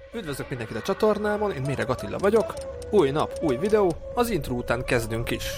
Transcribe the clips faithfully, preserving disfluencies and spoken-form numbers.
Üdvözlök mindenkit a csatornámon, én Méreg Attila vagyok. Új nap, új videó, az intro után kezdünk is.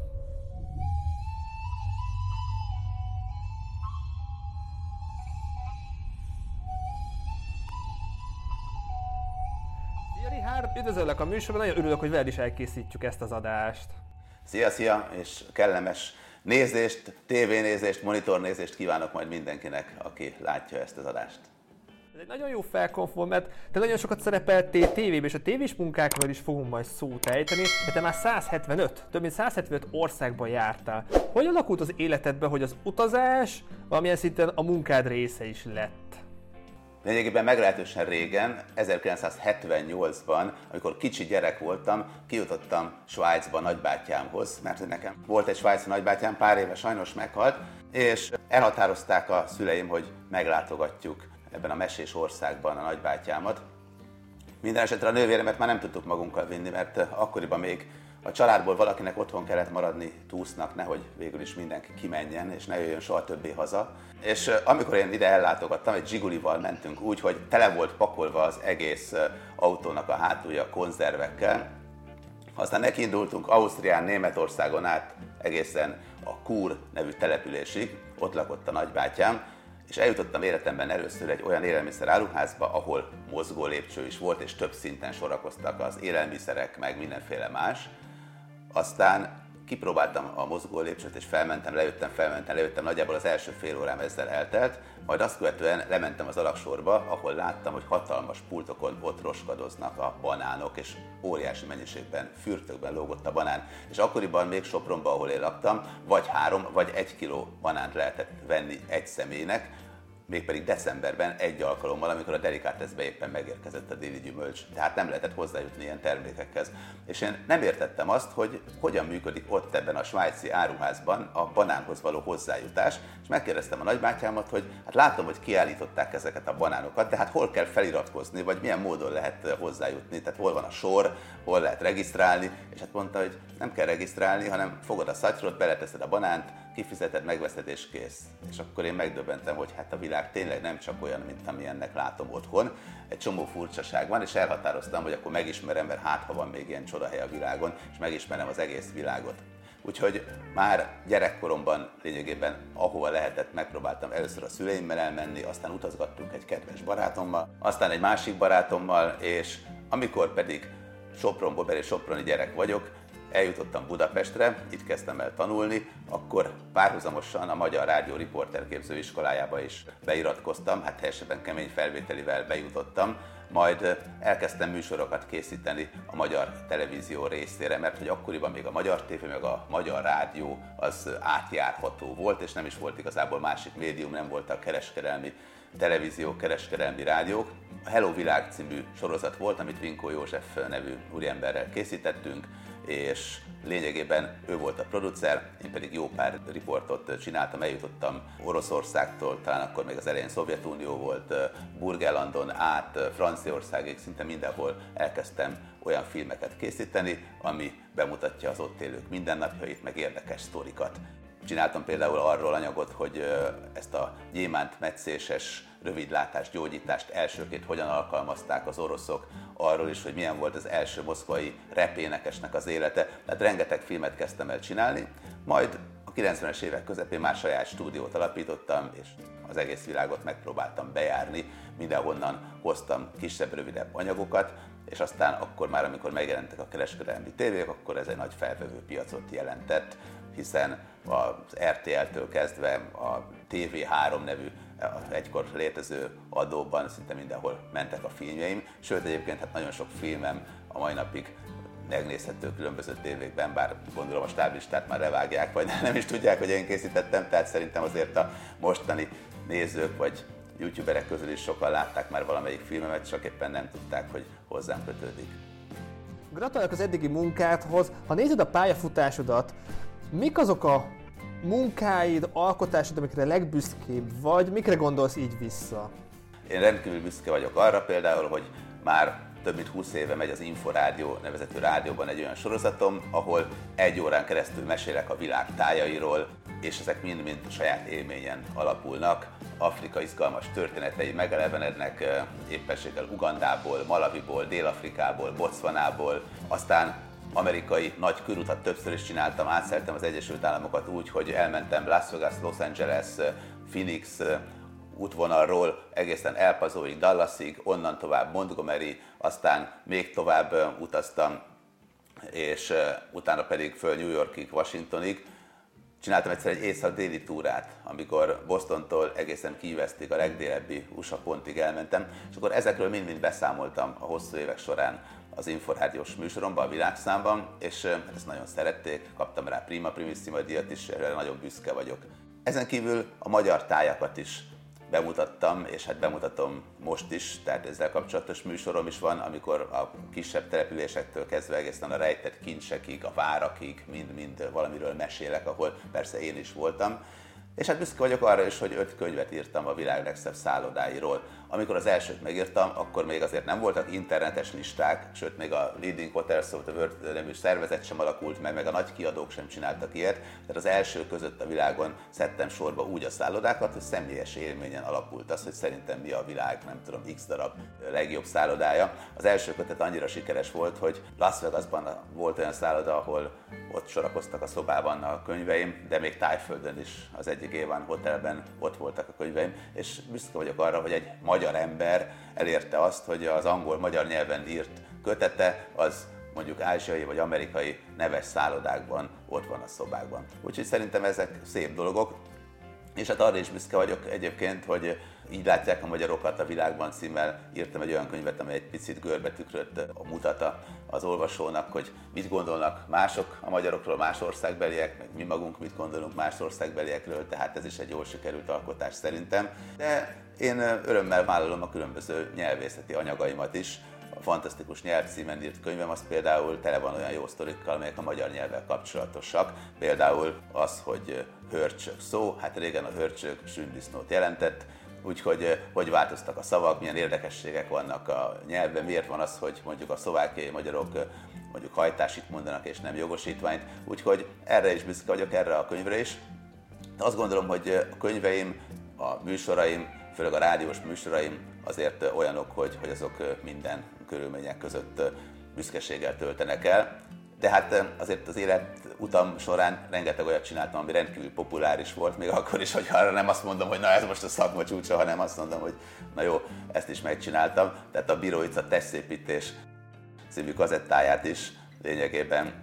Szia Richard, üdvözöllek a műsorban, nagyon örülök, hogy veled is elkészítjük ezt az adást. Szia, szia, és kellemes nézést, tévénézést, monitornézést kívánok majd mindenkinek, aki látja ezt az adást. Ez egy nagyon jó felkonform, mert te nagyon sokat szerepeltél tévében, és a tévés munkákról is fogunk majd szót ejteni, de te már száz hetvenöt, több mint száz hetvenöt országban jártál. Hogy alakult az életedben, hogy az utazás valamilyen szinten a munkád része is lett? Lényegében meglehetősen régen, ezerkilencszázhetvennyolcban, amikor kicsi gyerek voltam, kijutottam Svájcba nagybátyámhoz, mert nekem volt egy svájci nagybátyám, pár éve sajnos meghalt, és elhatározták a szüleim, hogy meglátogatjuk ebben a mesés országban a nagybátyámat. Minden esetre a nővéremet már nem tudtuk magunkkal vinni, mert akkoriban még a családból valakinek otthon kellett maradni túsznak, nehogy végül is mindenki kimenjen, és ne jöjjön soha többé haza. És amikor én ide ellátogattam, egy Zsigulival mentünk úgy, hogy tele volt pakolva az egész autónak a hátulja konzervekkel. Aztán nekiindultunk Ausztrián, Németországon át egészen a Kur nevű településig, ott lakott a nagybátyám, és eljutottam életemben először egy olyan élelmiszer áruházba, ahol mozgó lépcső is volt, és több szinten sorakoztak az élelmiszerek, meg mindenféle más. Aztán kipróbáltam a mozgó lépcsőt, és felmentem, lejöttem, felmentem, lejöttem, nagyjából az első fél órám ezzel eltelt, majd azt követően lementem az alagsorba, ahol láttam, hogy hatalmas pultokon ott roskadoznak a banánok, és óriási mennyiségben, fürtökben lógott a banán. És akkoriban még Sopronban, ahol én laktam, vagy három, vagy egy kiló banánt lehetett venni egy személynek, mégpedig decemberben egy alkalommal, amikor a delikáteszbe éppen megérkezett a déli gyümölcs, tehát nem lehetett hozzájutni ilyen termékekhez. És én nem értettem azt, hogy hogyan működik ott ebben a svájci áruházban a banánhoz való hozzájutás, és megkérdeztem a nagybátyámat, hogy hát látom, hogy kiállították ezeket a banánokat, de hát hol kell feliratkozni, vagy milyen módon lehet hozzájutni, tehát hol van a sor, hol lehet regisztrálni, és hát mondta, hogy nem kell regisztrálni, hanem fogod a szatyrot, beleteszed a banánt, kifizeted, megveszed és kész. És akkor én megdöbbentem, hogy hát a világ tényleg nem csak olyan, mint amilyennek látom otthon. Egy csomó furcsaság van, és elhatároztam, hogy akkor megismerem, mert hát ha van még ilyen csodahely a világon, és megismerem az egész világot. Úgyhogy már gyerekkoromban lényegében ahova lehetett, megpróbáltam először a szüleimmel elmenni, aztán utazgattunk egy kedves barátommal, aztán egy másik barátommal, és amikor pedig Sopronból, beli soproni gyerek vagyok, eljutottam Budapestre, itt kezdtem el tanulni, akkor párhuzamosan a Magyar Rádió Riporterképző Iskolájába is beiratkoztam, hát helyesebben kemény felvételivel bejutottam, majd elkezdtem műsorokat készíteni a Magyar Televízió részére, mert hogy akkoriban még a Magyar té vé meg a Magyar Rádió az átjárható volt, és nem is volt igazából másik médium, nem voltak kereskedelmi televízió, kereskedelmi rádiók. A Hello Világ című sorozat volt, amit Vinkó József nevű úriemberrel készítettünk, és lényegében ő volt a producer, én pedig jó pár riportot csináltam, eljutottam Oroszországtól, talán akkor még az elején Szovjetunió volt, Burgenlandon át Franciaországig, szinte mindenhol elkezdtem olyan filmeket készíteni, ami bemutatja az ott élők mindennapjait, meg érdekes sztorikat. Csináltam például arról anyagot, hogy ezt a gyémántmetszéses rövidlátás gyógyítást elsőként hogyan alkalmazták az oroszok, arról is, hogy milyen volt az első moszkvai repénekesnek az élete. Tehát rengeteg filmet kezdtem el csinálni, majd a kilencvenes évek közepén már saját stúdiót alapítottam, és az egész világot megpróbáltam bejárni, mindenhonnan hoztam kisebb, rövidebb anyagokat, és aztán akkor már, amikor megjelentek a kereskedelmi tévék, akkor ez egy nagy felvevő piacot jelentett, hiszen az er té el-től kezdve a té vé három nevű egykor létező adóban szinte mindenhol mentek a filmjeim, sőt egyébként hát nagyon sok filmem a mai napig megnézhető különböző tévékben, bár gondolom a stáblistát már levágják, vagy nem is tudják, hogy én készítettem, tehát szerintem azért a mostani nézők vagy youtuberek közül is sokan látták már valamelyik filmemet, csak éppen nem tudták, hogy hozzám kötődik. Gratulálok az eddigi munkádhoz. Ha nézed a pályafutásodat, mik azok a munkáid, alkotásod, amikre legbüszkébb vagy, mikre gondolsz így vissza? Én rendkívül büszke vagyok arra például, hogy már több mint húsz éve megy az Inforádió nevezetű rádióban egy olyan sorozatom, ahol egy órán keresztül mesélek a világ tájairól, és ezek mind-mind saját élményen alapulnak. Afrika izgalmas történetei megelevenednek éppenséggel Ugandából, Malawiból, Dél-Afrikából, Botswanából, aztán amerikai nagy körutat többször is csináltam, átszeltem az Egyesült Államokat úgy, hogy elmentem Las Vegas, Los Angeles, Phoenix útvonalról egészen El Pasoig, Dallasig, onnan tovább Montgomery, aztán még tovább utaztam, és utána pedig föl New Yorkig, Washingtonig. Csináltam egyszer egy észak-déli túrát, amikor Bostontól egészen Key Westig, a legdélebbi u es á pontig elmentem, és akkor ezekről mind-mind beszámoltam a hosszú évek során az Inforádiós műsoromban, a Világszámban, és ezt nagyon szerették, kaptam rá Prima Primissima díjat is, erre nagyon büszke vagyok. Ezen kívül a magyar tájakat is bemutattam, és hát bemutatom most is, tehát ezzel kapcsolatos műsorom is van, amikor a kisebb településektől kezdve egészen a rejtett kincsekig, a várakig, mind-mind valamiről mesélek, ahol persze én is voltam. És hát büszke vagyok arra is, hogy öt könyvet írtam a világ legszebb szállodáiról. Amikor az elsőt megírtam, akkor még azért nem voltak internetes listák, sőt még a Leading Hotels of the World nevű szervezet sem alakult meg, meg a nagy kiadók sem csináltak ilyet. Tehát az első között a világon szedtem sorba úgy a szállodákat, hogy személyes élményen alapult az, hogy szerintem mi a világ, nem tudom, x darab legjobb szállodája. Az első kötet annyira sikeres volt, hogy Las Vegasban volt olyan szálloda, ahol ott sorakoztak a szobában a könyveim, de még Tájföldön is az egyik Évan Hotelben ott voltak a könyveim, és büszke vagyok arra, hogy egy magyar ember elérte azt, hogy az angol-magyar nyelven írt kötete az mondjuk ázsiai vagy amerikai neves szállodákban ott van a szobákban. Úgyhogy szerintem ezek szép dolgok, és hát arra is büszke vagyok egyébként, hogy Így látják a magyarokat a világban címmel írtam egy olyan könyvet, amely egy picit görbetükröt mutat az olvasónak, hogy mit gondolnak mások a magyarokról, más országbeliek, meg mi magunk mit gondolunk más országbeliekről, tehát ez is egy jól sikerült alkotás szerintem. De én örömmel vállalom a különböző nyelvészeti anyagaimat is. A Fantasztikus Nyelv címen írt könyvem az például tele van olyan jó sztorikkal, amelyek a magyar nyelvvel kapcsolatosak. Például az, hogy hörcsög szó, hát régen a hörcsög sündisznót jelentett, úgyhogy hogy változtak a szavak, milyen érdekességek vannak a nyelvben, miért van az, hogy mondjuk a szlovákiai magyarok mondjuk hajtásit mondanak és nem jogosítványt, úgyhogy erre is büszke vagyok, erre a könyvre is. Azt gondolom, hogy a könyveim, a műsoraim, főleg a rádiós műsoraim azért olyanok, hogy, hogy azok minden körülmények között büszkeséggel töltenek el. De hát azért az életutam során rengeteg olyat csináltam, ami rendkívül populáris volt, még akkor is, hogy arra nem azt mondom, hogy na ez most a szakma csúcsa, hanem azt mondom, hogy na jó, ezt is megcsináltam. Tehát a Biroica Testszépítés című kazettáját is lényegében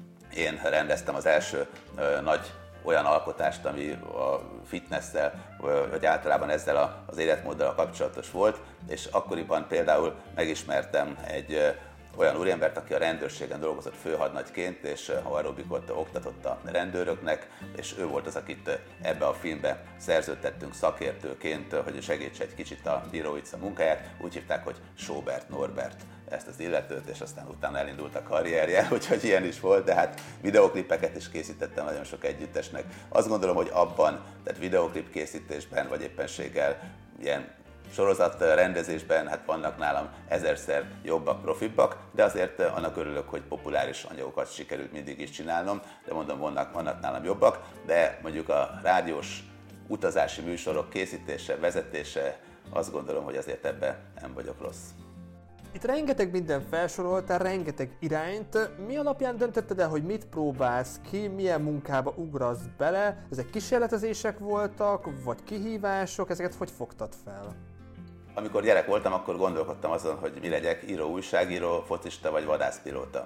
én rendeztem, az első ö, nagy olyan alkotást, ami a fitnesszel, vagy általában ezzel az életmóddal kapcsolatos volt, és akkoriban például megismertem egy olyan úriembert, aki a rendőrségen dolgozott főhadnagyként, és aerobikot oktatott a rendőröknek, és ő volt az, akit ebbe a filmbe szerződtettünk szakértőként, hogy segítse egy kicsit a Biroica munkáját. Úgy hívták, hogy Sobert Norbert ezt az illetőt, és aztán utána elindult a karrierje, úgyhogy ilyen is volt, de hát videoklipeket is készítettem nagyon sok együttesnek. Azt gondolom, hogy abban, tehát videoklip készítésben, vagy éppenséggel ilyen sorozat rendezésben, hát vannak nálam ezerszer jobbak, profibbak, de azért annak örülök, hogy populáris anyagokat sikerült mindig is csinálnom, de mondom, vannak, vannak nálam jobbak, de mondjuk a rádiós utazási műsorok készítése, vezetése, azt gondolom, hogy azért ebben nem vagyok rossz. Itt rengeteg minden felsoroltál, rengeteg irányt. Mi alapján döntötted el, hogy mit próbálsz ki, milyen munkába ugrasz bele? Ezek kísérletezések voltak, vagy kihívások? Ezeket hogy fogtad fel? Amikor gyerek voltam, akkor gondolkodtam azon, hogy mi legyek, író, újságíró, focista vagy vadászpilóta.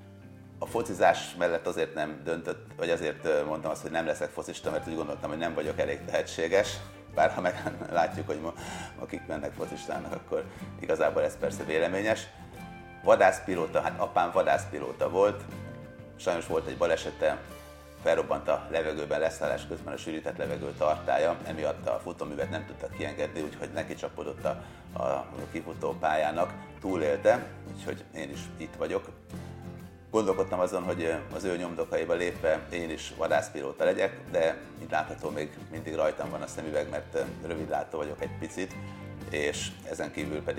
A focizás mellett azért nem döntött, vagy azért mondtam azt, hogy nem leszek focista, mert úgy gondoltam, hogy nem vagyok elég tehetséges. Bár ha meglátjuk, hogy ma, akik mennek focistának, akkor igazából ez persze véleményes. Vadászpilóta, hát apám vadászpilóta volt, sajnos volt egy balesete, felrobbant a levegőben leszállás közben a sűrített levegő tartálya, emiatt a futóművet nem tudtak kiengedni, úgyhogy neki csapodott a, a kifutó pályának, túlélte, úgyhogy én is itt vagyok. Gondolkodtam azon, hogy az ő nyomdokaiba lépve én is vadászpilóta legyek, de mint látható, még mindig rajtam van a szemüveg, mert rövidlátó vagyok egy picit, és ezen kívül pedig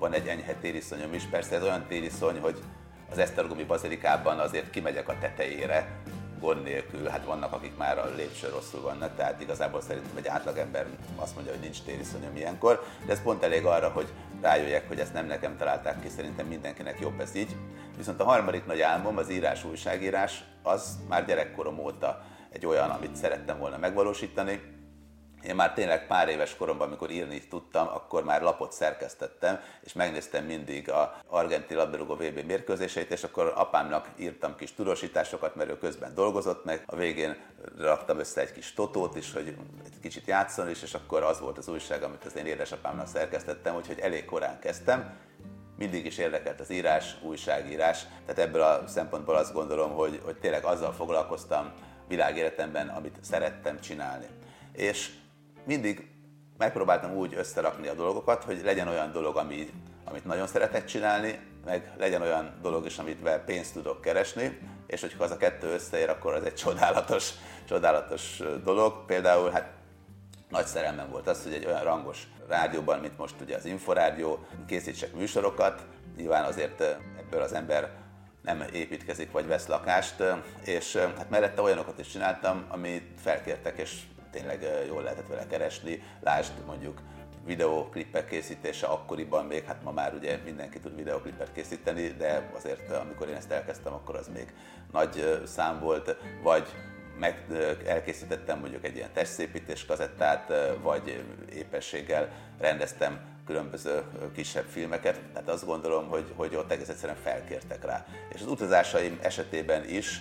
van egy enyhe tériszonyom is, persze ez olyan tériszony, hogy az esztergomi bazilikában azért kimegyek a tetejére, gond nélkül, hát vannak, akik már a lépcső rosszul vannak, tehát igazából szerintem egy átlagember azt mondja, hogy nincs tériszonyom ilyenkor, de ez pont elég arra, hogy rájöjjek, hogy ezt nem nekem találták ki, szerintem mindenkinek jobb ez így. Viszont a harmadik nagy álmom, az írás, újságírás, az már gyerekkorom óta egy olyan, amit szerettem volna megvalósítani. Én már tényleg pár éves koromban, amikor írni tudtam, akkor már lapot szerkesztettem, és megnéztem mindig a argentin labdarúgó vé bé mérkőzéseit, és akkor apámnak írtam kis tudósításokat, mert ő közben dolgozott meg. A végén raktam össze egy kis totót is, hogy egy kicsit játszon is, és akkor az volt az újság, amit az én édesapámnak szerkesztettem, úgyhogy elég korán kezdtem. Mindig is érdekelt az írás, újságírás, tehát ebből a szempontból azt gondolom, hogy, hogy tényleg azzal foglalkoztam világéletemben, amit szerettem csinálni. És mindig megpróbáltam úgy összerakni a dolgokat, hogy legyen olyan dolog, ami, amit nagyon szeretek csinálni, meg legyen olyan dolog is, amit pénzt tudok keresni, és hogyha az a kettő összeér, akkor az egy csodálatos, csodálatos dolog. Például hát nagy szerelmem volt az, hogy egy olyan rangos rádióban, mint most ugye az Inforádió, készítsek műsorokat. Nyilván azért ebből az ember nem építkezik vagy vesz lakást, és hát mellette olyanokat is csináltam, amit felkértek, és tényleg jól lehetett vele keresni. Lásd mondjuk videóklipek készítése akkoriban még, hát ma már ugye mindenki tud videóklipet készíteni, de azért amikor én ezt elkezdtem, akkor az még nagy szám volt, vagy meg elkészítettem mondjuk egy ilyen testszépítés kazettát, vagy éppenséggel rendeztem különböző kisebb filmeket, tehát azt gondolom, hogy, hogy ott egész egyszerűen felkértek rá. És az utazásaim esetében is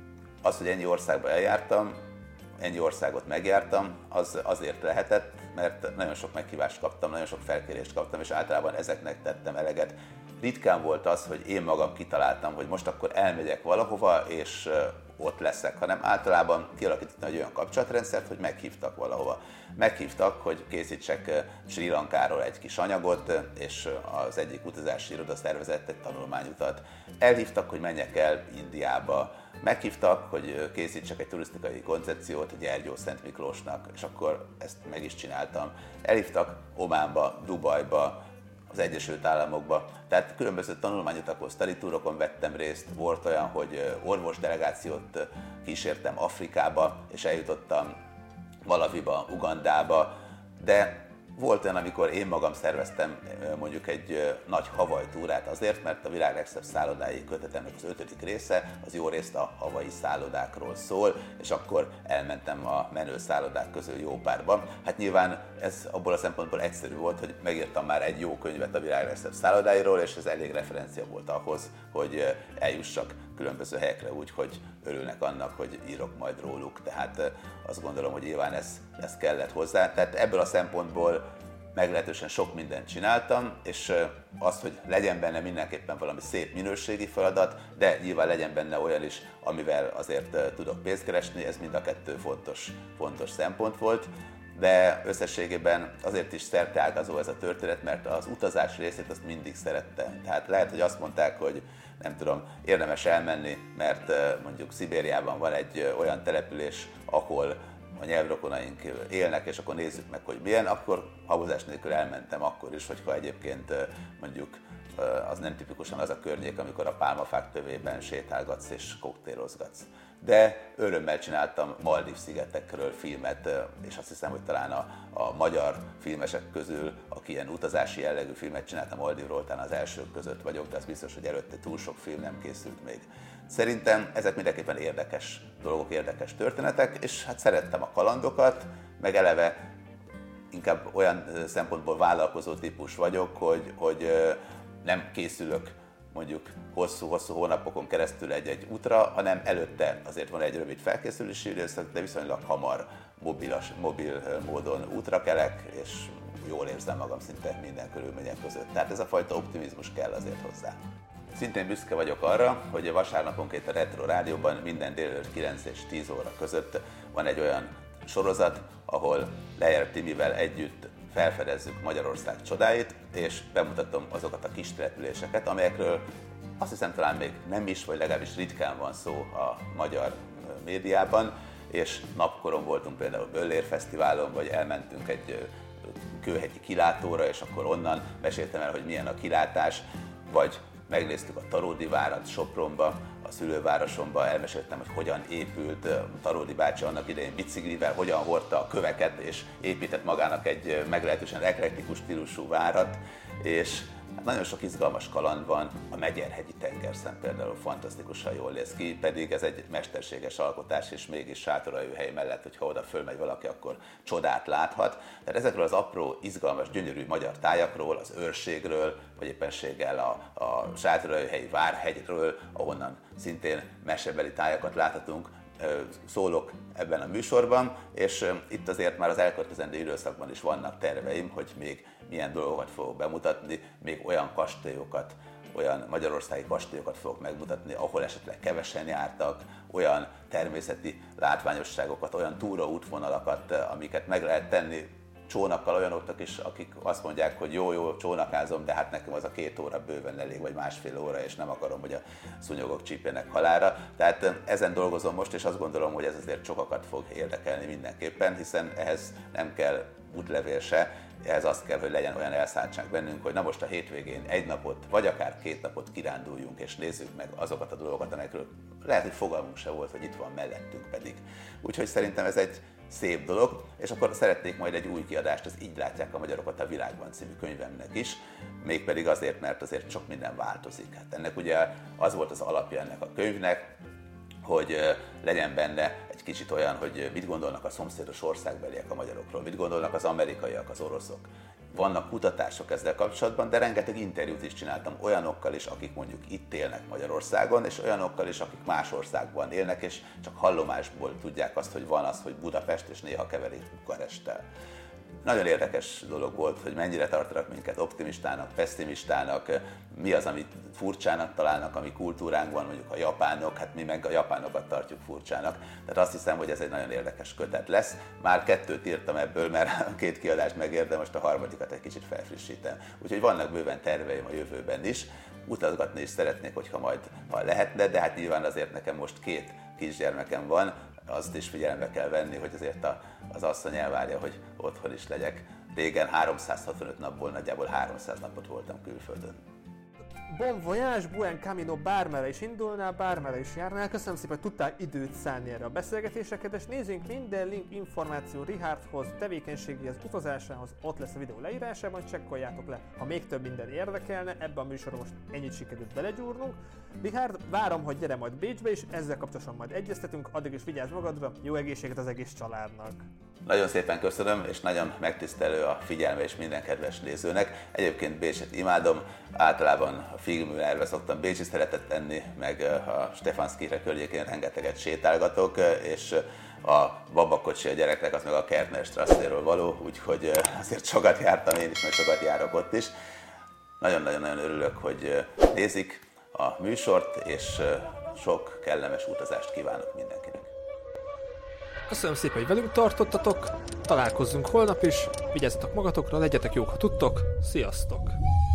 az, hogy ennyi országba eljártam, ennyi országot megjártam, az azért lehetett, mert nagyon sok meghívást kaptam, nagyon sok felkérést kaptam, és általában ezeknek tettem eleget. Ritkán volt az, hogy én magam kitaláltam, hogy most akkor elmegyek valahova, és ott leszek, hanem általában kialakítottam egy olyan kapcsolatrendszert, hogy meghívtak valahova. Meghívtak, hogy készítsek Sri Lankáról egy kis anyagot, és az egyik utazási iroda szervezett egy tanulmányutat. Elhívtak, hogy menjek el Indiába. Meghívtak, hogy készítsek egy turisztikai koncepciót Gyergyó-Szent Miklósnak, és akkor ezt meg is csináltam. Elhívtak Ománba, Dubajba, az Egyesült Államokba. Tehát különböző tanulmányutakon, study-túrokon vettem részt. Volt olyan, hogy orvosdelegációt kísértem Afrikába, és eljutottam Malawiba, Ugandába, de volt olyan, amikor én magam szerveztem mondjuk egy nagy Hawaii túrát azért, mert a világ legszebb szállodái kötetemnek az ötödik része, az jó részt a hawaii szállodákról szól, és akkor elmentem a menő szállodák közül jó párban. Hát nyilván ez abból a szempontból egyszerű volt, hogy megírtam már egy jó könyvet a világ legszebb szállodáiról, és ez elég referencia volt ahhoz, hogy eljussak különböző helyekre úgy, hogy örülnek annak, hogy írok majd róluk. Tehát azt gondolom, hogy nyilván ez, ez kellett hozzá. Tehát ebből a szempontból meglehetősen sok mindent csináltam, és az, hogy legyen benne mindenképpen valami szép minőségi feladat, de nyilván legyen benne olyan is, amivel azért tudok pénzt keresni, ez mind a kettő fontos, fontos szempont volt. De összességében azért is szerteágazó ez a történet, mert az utazás részét azt mindig szerettem. Tehát lehet, hogy azt mondták, hogy nem tudom, érdemes elmenni, mert mondjuk Szibériában van egy olyan település, ahol a nyelvrokonaink élnek, és akkor nézzük meg, hogy milyen, akkor habozás nélkül elmentem akkor is, hogyha egyébként mondjuk az nem tipikusan az a környék, amikor a pálmafák tövében sétálgatsz és koktélozgatsz. De örömmel csináltam Maldív-szigetekről filmet, és azt hiszem, hogy talán a, a magyar filmesek közül, aki ilyen utazási jellegű filmet csinált a Maldívról, talán az elsők között vagyok, de az biztos, hogy előtte túl sok film nem készült még. Szerintem ezek mindenképpen érdekes dolgok, érdekes történetek, és hát szerettem a kalandokat, meg eleve inkább olyan szempontból vállalkozó típus vagyok, hogy, hogy nem készülök mondjuk hosszú-hosszú hónapokon keresztül egy-egy útra, hanem előtte azért van egy rövid felkészülési időszak, de viszonylag hamar mobilas, mobil módon útra kelek, és jól érzem magam szinte minden körülmények között. Tehát ez a fajta optimizmus kell azért hozzá. Szintén büszke vagyok arra, hogy vasárnaponként a Retro Rádióban minden délelőtt kilenc és tíz óra között van egy olyan sorozat, ahol Lejer Timivel együtt felfedezzük Magyarország csodáit, és bemutatom azokat a kis településeket, amelyekről azt hiszem talán még nem is, vagy legalábbis ritkán van szó a magyar médiában, és napkoron voltunk például Böllér Fesztiválon, vagy elmentünk egy Kőhegyi kilátóra, és akkor onnan meséltem el, hogy milyen a kilátás, vagy megnéztük a Taródi várat Sopronba, a szülővárosomba, elmeséltem, hogy hogyan épült Taródi bácsi annak idején biciklivel, hogyan hordta a köveket, és épített magának egy meglehetősen eklektikus stílusú várat, és hát nagyon sok izgalmas kaland van, a Megyerhegyi tengerszem például fantasztikusan jól néz ki, pedig ez egy mesterséges alkotás, és mégis Sátoraljóhely mellett, hogyha oda fölmegy valaki, akkor csodát láthat. Tehát ezekről az apró, izgalmas, gyönyörű magyar tájakról, az őrségről, vagy éppenséggel a, a Sátoraljóhelyi Várhegyről, ahonnan szintén mesebeli tájakat láthatunk, szólok ebben a műsorban, és itt azért már az elkövetkezendő időszakban is vannak terveim, hogy még milyen dolgokat fogok bemutatni, még olyan kastélyokat, olyan magyarországi kastélyokat fogok megmutatni, ahol esetleg kevesen jártak, olyan természeti látványosságokat, olyan túraútvonalakat, amiket meg lehet tenni csónakkal olyanoknak is, akik azt mondják, hogy jó, jó, csónakázom, de hát nekem az a két óra bőven elég, vagy másfél óra, és nem akarom, hogy a szúnyogok csípjenek halálra. Tehát ezen dolgozom most, és azt gondolom, hogy ez azért sokakat fog érdekelni mindenképpen, hiszen ehhez nem kell útlevél se, ehhez azt kell, hogy legyen olyan elszántság bennünk, hogy na most a hétvégén egy napot, vagy akár két napot kiránduljunk, és nézzük meg azokat a dolgokat, amelyekről lehet, hogy fogalmunk se volt, hogy itt van mellettünk pedig. Úgyhogy szerintem ez egy szép dolog, és akkor szeretnék majd egy új kiadást, az Így látják a magyarokat a világban című könyvemnek is, mégpedig azért, mert azért sok minden változik. Hát ennek ugye az volt az alapja ennek a könyvnek, hogy legyen benne egy kicsit olyan, hogy mit gondolnak a szomszédos országbeliek a magyarokról, mit gondolnak az amerikaiak, az oroszok. Vannak kutatások ezzel kapcsolatban, de rengeteg interjút is csináltam olyanokkal is, akik mondjuk itt élnek Magyarországon, és olyanokkal is, akik más országban élnek, és csak hallomásból tudják azt, hogy van az, hogy Budapest, és néha keverik Bukaresttel. Nagyon érdekes dolog volt, hogy mennyire tartanak minket optimistának, pessimistának, mi az, amit furcsának találnak a mi kultúránkban, mondjuk a japánok, hát mi meg a japánokat tartjuk furcsának. Tehát azt hiszem, hogy ez egy nagyon érdekes kötet lesz. Már kettőt írtam ebből, mert a két kiadást megér, de most a harmadikat egy kicsit felfrissítem. Úgyhogy vannak bőven terveim a jövőben is. Utazgatni is szeretnék, hogyha majd ha lehetne, de hát nyilván azért nekem most két kisgyermekem van, azt is figyelembe kell venni, hogy azért a, az asszony elvárja, hogy otthon is legyek. Régen háromszázhatvanöt napból nagyjából háromszáz napot voltam külföldön. Bon voyage, buen camino, bármerre is indulnál, bármerre is járnál. Köszönöm szépen, hogy tudtál időt szállni erre a beszélgetéseket, és nézzünk minden link, információ Richardhoz, tevékenységéhez, utazásához, ott lesz a videó leírásában, csekkoljátok le, ha még több minden érdekelne. Ebben a műsorban most ennyit sikerült belegyúrnunk. Richard, várom, hogy gyere majd Bécsbe is, ezzel kapcsolatosan majd egyeztetünk, addig is vigyázz magadra, jó egészséget az egész családnak! Nagyon szépen köszönöm, és nagyon megtisztelő a figyelme és minden kedves nézőnek. Egyébként Bécset imádom, általában a filműnerve szoktam bécsi szeretet tenni, meg a Stefanskire környékén rengeteget sétálgatok, és a babakocsi a gyereknek az meg a Kertner Strasséről való, úgyhogy azért sokat jártam én is, meg sokat járok ott is. Nagyon-nagyon-nagyon örülök, hogy nézik a műsort, és sok kellemes utazást kívánok mindenkinek. Köszönöm szépen, hogy velünk tartottatok, találkozzunk holnap is, vigyázzatok magatokra, legyetek jók, ha tudtok, sziasztok!